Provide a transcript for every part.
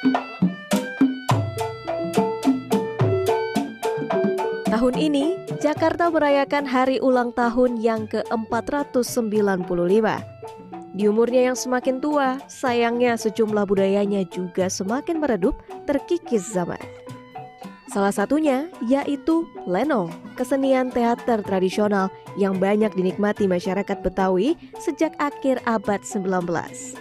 Tahun ini, Jakarta merayakan hari ulang tahun yang ke-495. Di umurnya yang semakin tua, sayangnya sejumlah budayanya juga semakin meredup terkikis zaman. Salah satunya yaitu lenong, kesenian teater tradisional yang banyak dinikmati masyarakat Betawi sejak akhir abad 19.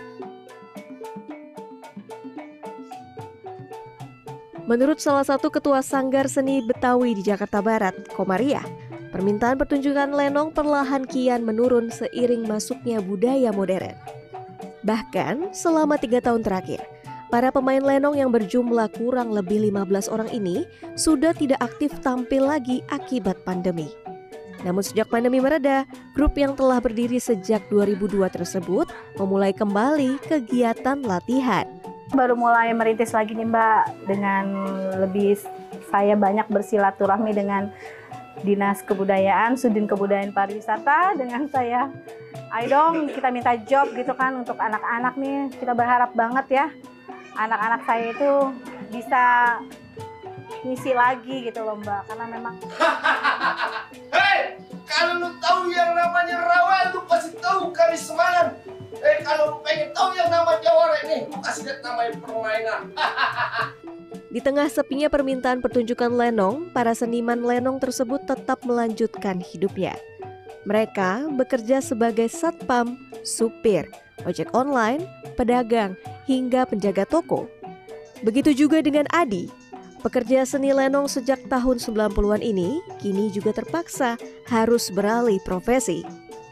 Menurut salah satu ketua Sanggar Seni Betawi di Jakarta Barat, Komariah, permintaan pertunjukan lenong perlahan kian menurun seiring masuknya budaya modern. Bahkan selama 3 tahun terakhir, para pemain lenong yang berjumlah kurang lebih 15 orang ini sudah tidak aktif tampil lagi akibat pandemi. Namun sejak pandemi mereda, grup yang telah berdiri sejak 2002 tersebut memulai kembali kegiatan latihan. Baru mulai merintis lagi nih Mbak, dengan lebih saya banyak bersilaturahmi dengan Dinas Kebudayaan, Sudin Kebudayaan Pariwisata dengan saya. Ayo dong kita minta job gitu kan untuk anak-anak nih. Kita berharap banget ya anak-anak saya itu bisa ngisi lagi gitu loh Mbak, karena memang hei, kalau lu tahu yang namanya rawa, lu kasih tahu kami semalam. Kalau lu pengen tahu yang nama jawara ini, lu kasih lihat namanya permainan. Di tengah sepinya permintaan pertunjukan lenong, para seniman lenong tersebut tetap melanjutkan hidupnya. Mereka bekerja sebagai satpam, supir, ojek online, pedagang, hingga penjaga toko. Begitu juga dengan Adi. Pekerja seni lenong sejak tahun 90-an ini kini juga terpaksa harus beralih profesi.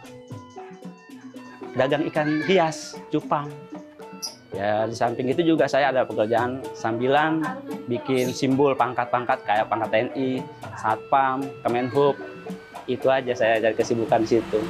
Dagang ikan hias, cupang. Ya, di samping itu juga saya ada pekerjaan sambilan bikin simbol pangkat-pangkat kayak pangkat TNI, Satpam, Kemenhub. Itu aja saya cari kesibukan di situ.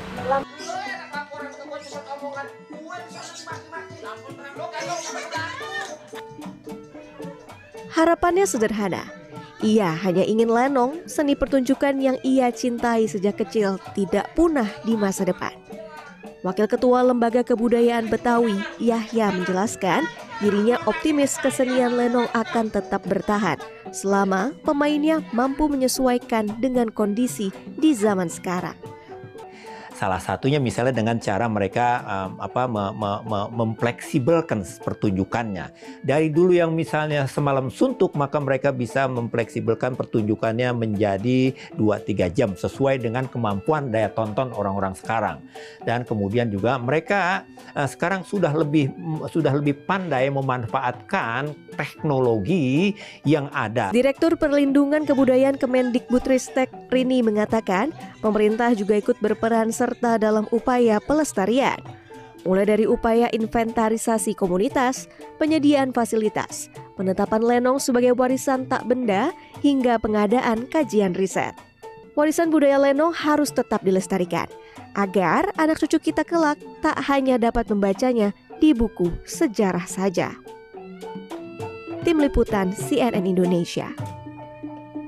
Harapannya sederhana. Ia hanya ingin lenong, seni pertunjukan yang ia cintai sejak kecil, tidak punah di masa depan. Wakil Ketua Lembaga Kebudayaan Betawi, Yahya, menjelaskan dirinya optimis kesenian lenong akan tetap bertahan selama pemainnya mampu menyesuaikan dengan kondisi di zaman sekarang. Salah satunya misalnya dengan cara mereka memfleksibelkan pertunjukannya. Dari dulu yang misalnya semalam suntuk, maka mereka bisa memfleksibelkan pertunjukannya menjadi 2-3 jam sesuai dengan kemampuan daya tonton orang-orang sekarang. Dan kemudian juga mereka sekarang sudah lebih pandai memanfaatkan teknologi yang ada. Direktur Perlindungan Kebudayaan Kemendikbudristek Rini mengatakan, pemerintah juga ikut berperan serta dalam upaya pelestarian. Mulai dari upaya inventarisasi komunitas, penyediaan fasilitas, penetapan lenong sebagai warisan tak benda, hingga pengadaan kajian riset. Warisan budaya lenong harus tetap dilestarikan, agar anak cucu kita kelak tak hanya dapat membacanya di buku sejarah saja. Tim Liputan CNN Indonesia.